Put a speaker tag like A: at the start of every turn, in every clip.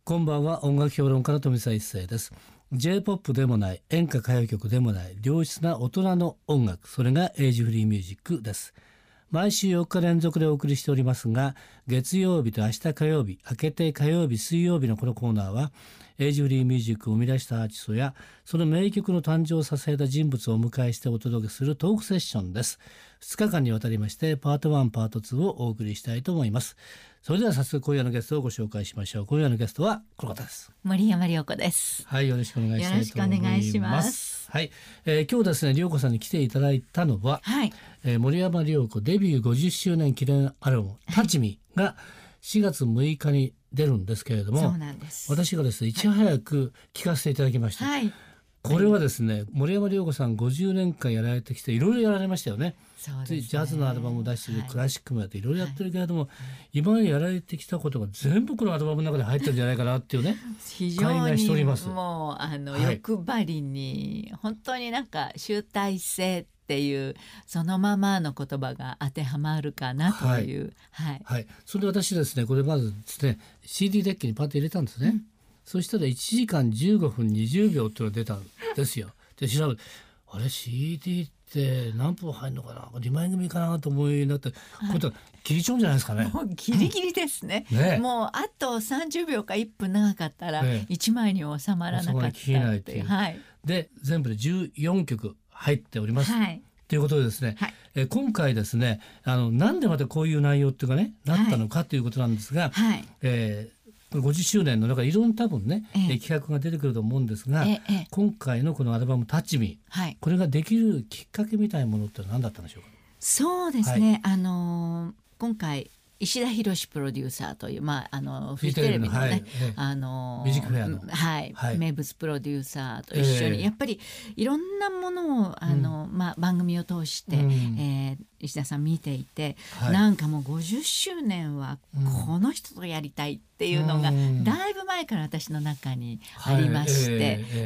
A: こんばんは。音楽評論家の富澤一世です。 J-POP でもない演歌歌謡曲でもない良質な大人の音楽、それがエイジフリーミュージックです。毎週4日連続でお送りしておりますが、月曜日と明日火曜日、明けて火曜日水曜日のこのコーナーはエイジフリーミュージックを生み出したアーティストやその名曲の誕生を支えた人物をお迎えしてお届けするトークセッションです。2日間にわたりましてパート1パート2をお送りしたいと思います。それでは早速今夜のゲストをご紹介しましょう。今夜のゲストはこの方です。
B: 森山良子です。
A: はい、よろしくお願いしたいと思います。
B: よろしくお願いします。
A: はい、今日ですね、良子さんに来ていただいたのは、
B: はい、
A: 森山良子デビュー50周年記念アルバム「タッチミー」が4月6日に出るんですけれども、
B: そうなんです。
A: 私がですねいち早く聞かせていただきました。
B: はい、
A: これはですね、森山良子さん50年間やられてきていろいろやられましたよね。
B: そうですね、
A: ジャズのアルバムを出してる、
B: はい、
A: クラシックもやっていろいろやってるけれども、今までやられてきたことが全部このアルバムの中で入ってるんじゃないかなっていうね
B: 非常
A: 感がしており
B: に
A: ます。
B: もう
A: はい
B: 欲張りに本当になんか集大成っていうそのままの言葉が当てはまるかなという、はい
A: はい、それで私ですね、これまずですね CD デッキにパッと入れたんですね、そしたら1時間15分20秒っていうのが出たんですよ。で調べて、あれ CD って何分入るのかな、2枚組かなと思いになって、これと切りちゃうんじゃないですかね。
B: もうギリギリですね、もうあと30秒か1分長かったら1枚に収まらなかったっていう、はい、
A: で全部で14曲入っております、
B: はい、
A: ということでですね、
B: はい、
A: 今回ですねなんでまたこういう内容っていうかねなったのかということなんですが、
B: はい、
A: 50周年の中でいろんな多分ね、企画が出てくると思うんですが、今回のこのアルバム「タッチミー」はい、これができるきっかけみたいなものって何だったんでしょうか。
B: そうですね、はい、今回石田博プロデューサーという、フジテレビのね、
A: ミュージックフェアの、
B: はいはい、名物プロデューサーと一緒に、やっぱりいろんなものを番組を通して、石田さん見ていて、なんかもう50周年はこの人とやりたいっていうのがだいぶ前から私の中にありまして、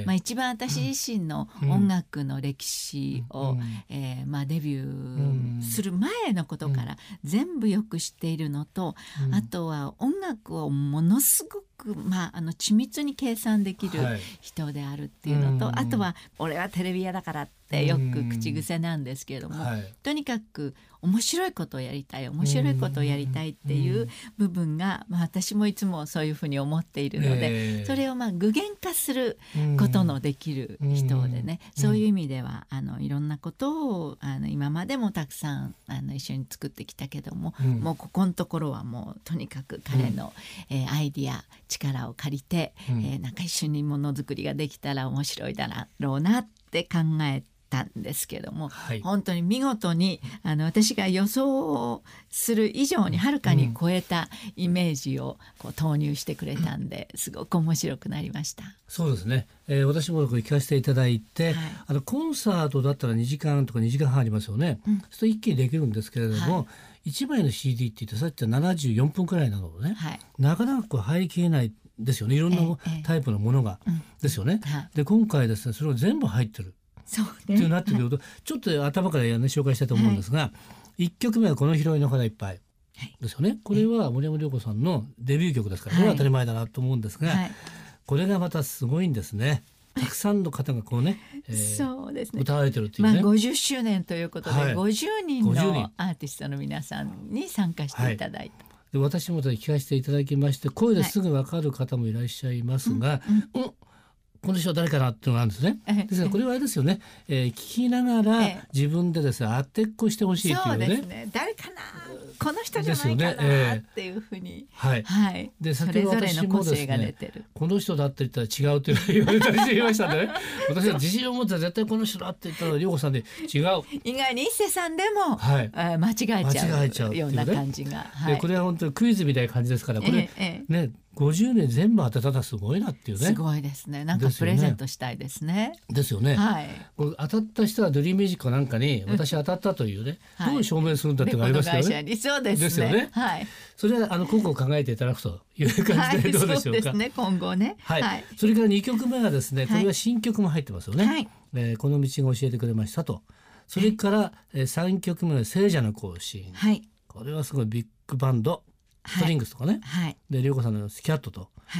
B: 一番私自身の音楽の歴史を、デビューする前のことから全部よく知っているのと、あとは音楽をものすごく緻密に計算できる人であるっていうのと、あとは俺はテレビ屋だからってよく口癖なんですけれども、とにかく面白いことをやりたい、面白いことをやりたいっていう部分が、私もいつもそういうふうに思っているので、それを具現化することのできる人でね、そういう意味ではいろんなことを今までもたくさん一緒に作ってきたけども、もうここのところはもうとにかく彼の、アイディア力を借りて、なんか一緒にものづくりができたら面白いだろうなって考えたんですけども、本当に見事に私が予想する以上にはるかに超えたイメージを投入してくれたんで、すごく面白くなりました。
A: そうですね、私も聞かせていただいて、コンサートだったら2時間とか2時間半ありますよね、それ一気にできるんですけれども、1枚の CD って言ってさっき言った74分くらいなのでね、なかなか入りきれないですよね、いろんなタイプのものが、ですよね、で今回ですねそれを全部入ってるっていうなってくると、ちょっと頭から紹介したいと思うんですが、1曲目はこの広いの花いっぱいですよね。これは森山良子さんのデビュー曲ですから、これは当たり前だなと思うんですが、これがまたすごいんですね。たくさんの方が
B: そうですね、
A: 歌われてるっていうね、
B: 50周年ということで、50人のアーティストの皆さんに参加していただいた、
A: で私も聞かせていただきまして、声ですぐ分かる方もいらっしゃいますが、この人は誰かなっていうのがあるんですね。ですからこれはあれですよね、聞きながら自分でですね当てっこしてほしいというね、
B: そうですね、誰かなこの人じゃないかなっていうふうに、
A: で
B: それぞれの個性が出てる、
A: この人だって言ったら違うと言われたりしていましたね。私は自信を持って絶対この人だって言ったら良子さんで違う、
B: 意外に一世さんでも、間違えちゃうような感じが、
A: でこれは本当にクイズみたいな感じですから、これ、ね50年全部当てたらすごいなっていうね、
B: すごいですね、なんかプレゼントしたいですね。
A: ですよね、これ当たった人はドリーミュージックなんかに私当たったというね、どう証明するんだっていうのがありますけどね。
B: そうですね、
A: それは今後考えていただくという感じでどうでしょうか。
B: そうですね、今後ね、
A: それから2曲目がですね、これは新曲も入ってますよね、この道が教えてくれましたと。それから3曲目は聖者の行進、これはすごいビッグバンドストリングスとかね、で良子さんのスキャットと、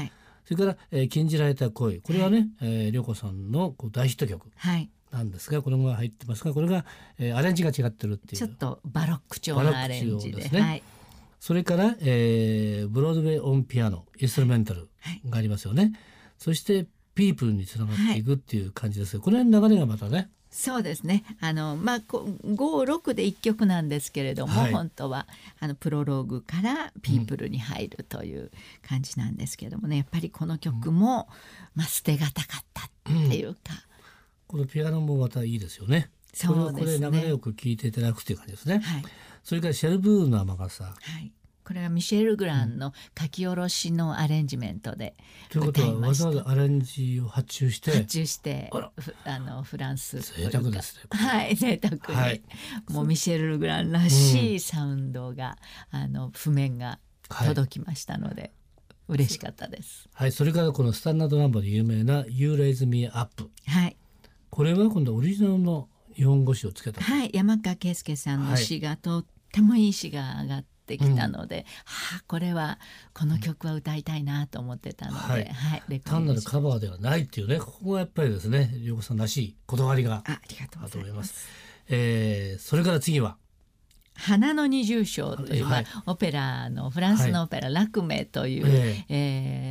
A: それから、禁じられた恋、これはね、涼子さんの大ヒット曲なんですが、これが入ってますが、これが、アレンジが違ってるっていう
B: ちょっとバロック調のアレンジで、はい、
A: それから、ブロードウェイオンピアノインストゥルメンタルがありますよね、そしてピープルにつながっていくっていう感じですけど、この辺の流れがまたね、
B: そうですね、5,6で1曲なんですけれども、本当はプロローグからピープルに入るという感じなんですけれどもね、やっぱりこの曲も、捨てがたかったっていうか、
A: このピアノもまたいいですよね。
B: そうですね、
A: これ流れよく聴いていただくっていう感じですね、それからシェルブーンの雨傘、
B: これはミシェル・グランの書き下ろしのアレンジメントで
A: 歌いました。ということはわざわざアレンジを発注して
B: フランス
A: 贅沢ですね。
B: 贅沢に、もうミシェル・グランらしいサウンドが、譜面が届きましたので、嬉しかったです。
A: それからこのスタンダードナンバーで有名な You Raise Me Up、これは今度オリジナルの日本語詞をつけた、
B: 山川圭介さんの詩が、とってもいい詩が上がってきたので、これはこの曲は歌いたいなと思ってたので、
A: 単なるカバーではないっていうね、ここがやっぱりですね、涼子さんらしいこだわりがあると思います。それから次は
B: 花の二重唱という、オペラのフランスのオペラ、ラクメという、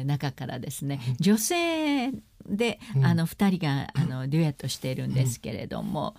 B: 中からですね、女性で2人がデュエットしているんですけれども、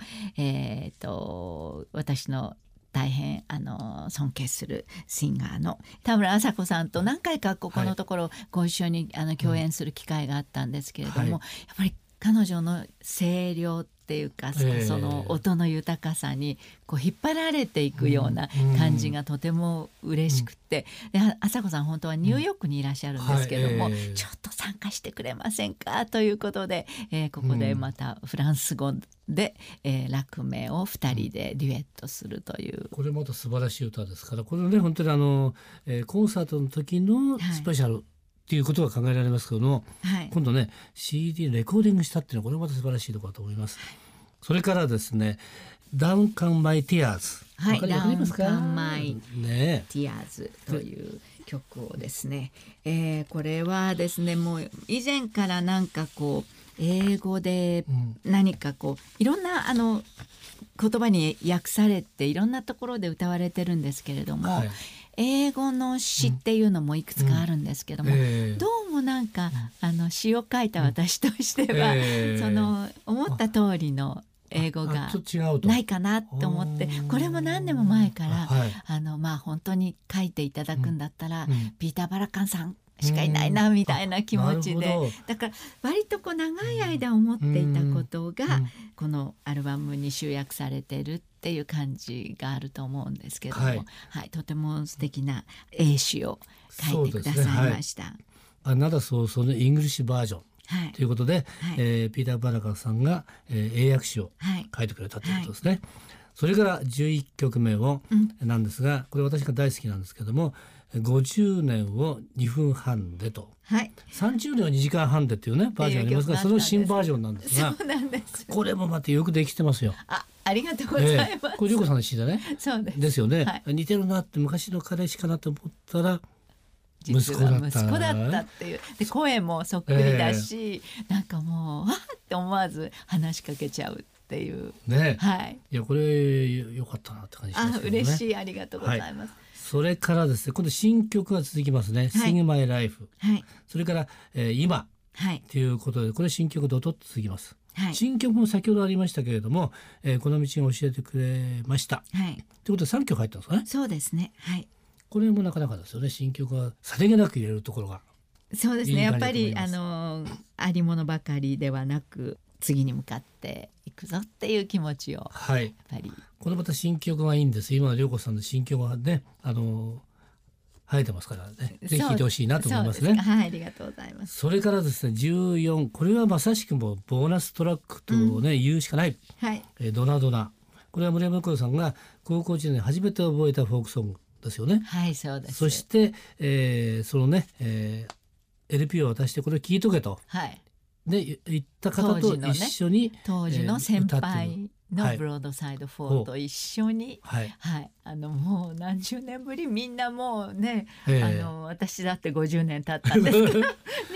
B: 私の大変尊敬するシンガーの田村麻子さんと何回かここのところご一緒に共演する機会があったんですけれども、やっぱり彼女の声量っていうか、その音の豊かさに引っ張られていくような感じがとても嬉しくて、で麻子さん本当はニューヨークにいらっしゃるんですけども、ちょっと参加してくれませんかということで、ここでまたフランス語で、ラクメを2人でデュエットするという、
A: これまた素晴らしい歌ですから、これね本当にコンサートの時のスペシャル、っていうことが考えられますけども、今度ね CD レコーディングしたっていうのはこれまた素晴らしいところだと思います。それからですね、ダウンカンマイティアーズ、
B: ダウンカンマイティアーズという曲をですね、これはですね、もう以前からなんか英語で何かいろんな言葉に訳されていろんなところで歌われてるんですけれども、英語の詩っていうのもいくつかあるんですけども、どうもなんか詩を書いた私としては、その思った通りの英語がないかなと思って、これも何年も前から、本当に書いていただくんだったら、ピーター・バラカンさんしかいないなみたいな気持ちで、だから割と長い間思っていたことが、このアルバムに集約されてるっていう感じがあると思うんですけども、とても素敵な英詩を書いてくださいました。
A: Another Soulのイングリッシュバージョンということで、ピーター・バラカンさんが、英訳詞を書いてくれたということですね。それから11曲目を、なんですが、これ私が大好きなんですけども、50年を2分半でと、30年を2時間半でっていうねバージョンありますが、その新バージョンなんですが、これもまたよくできてますよ。
B: ありがとうございます。
A: これ涼子さんの詩でね。
B: そう
A: ですよね、似てるなって、昔の彼氏かなと思ったら息子だった
B: っていうで、声もそっくりだし、なんかもうわーって思わず話しかけちゃうっていう
A: ね。いやこれよかったなって感じしますけどね。
B: 嬉しい、ありがとうございます。
A: それからですね、今度新曲が続きますね。Sing My Life、それから、今ということで、これ新曲ドドッと続きます。新曲も先ほどありましたけれども、この道が教えてくれました。ということで3曲入ったんですかね。
B: そうですね。
A: これもなかなかですよね。新曲はさりげなく入れるところが。
B: そうですね。やっぱりありものばかりではなく、次に向かっていくぞっていう気持ちを、やっぱり
A: このまた新曲がいいんです。今の涼子さんの新曲はね、生えてますからね、ぜひ聴いてほしいなと思いますね。
B: ありがとうございます。
A: それからですね、14、これはまさしくもボーナストラックとね、言うしかない、ドナドナ。これは村山光さんが高校時代に初めて覚えたフォークソングですよね。
B: そうです。
A: そして、そのね、LP を渡してこれ聞いとけと、で言った方と一緒に、
B: 当時の先輩のブロードサイド4と一緒に、もう何十年ぶり、みんなもうね、私だって50年経ったんですけどみんな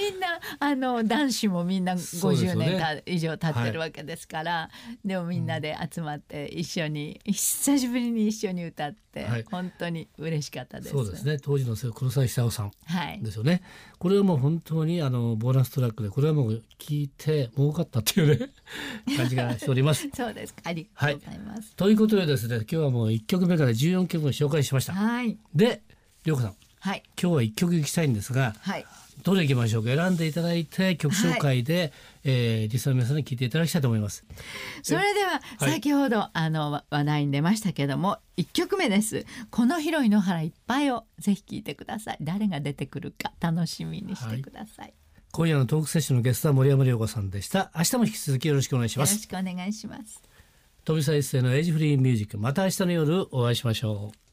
B: 男子もみんな50
A: そうですよね
B: 年か以上経ってるわけですからでもみんなで集まって一緒に、久しぶりに一緒に歌って、
A: はい
B: 本当に嬉しかったです。
A: そうですね、当時の黒沢久夫さん
B: はい
A: ですよね。これはもう本当にボーナストラックでこれはもう聞いて儲かったっていうね感じがしております
B: そうですか、ありがとうございます。
A: ということでですね、今日はもう1曲目から14曲を紹介しました。
B: はい
A: で、涼子さん、
B: はい
A: 今日は1曲いきたいんですが、
B: はい
A: どれいきましょうか。選んでいただいて曲紹介で、リスナーの皆さんに聞いていただきたいと思います。
B: それでは先ほど、話題に出ましたけども1曲目です。この広い野原いっぱいをぜひ聞いてください。誰が出てくるか楽しみにしてください。
A: 今夜のトークセッションのゲストは森山良子さんでした。明日も引き続きよろしくお願いし
B: よろ
A: ます。
B: しくお願いします。
A: 富澤一世のエイジフリーミュージック、また明日の夜お会いしましょう。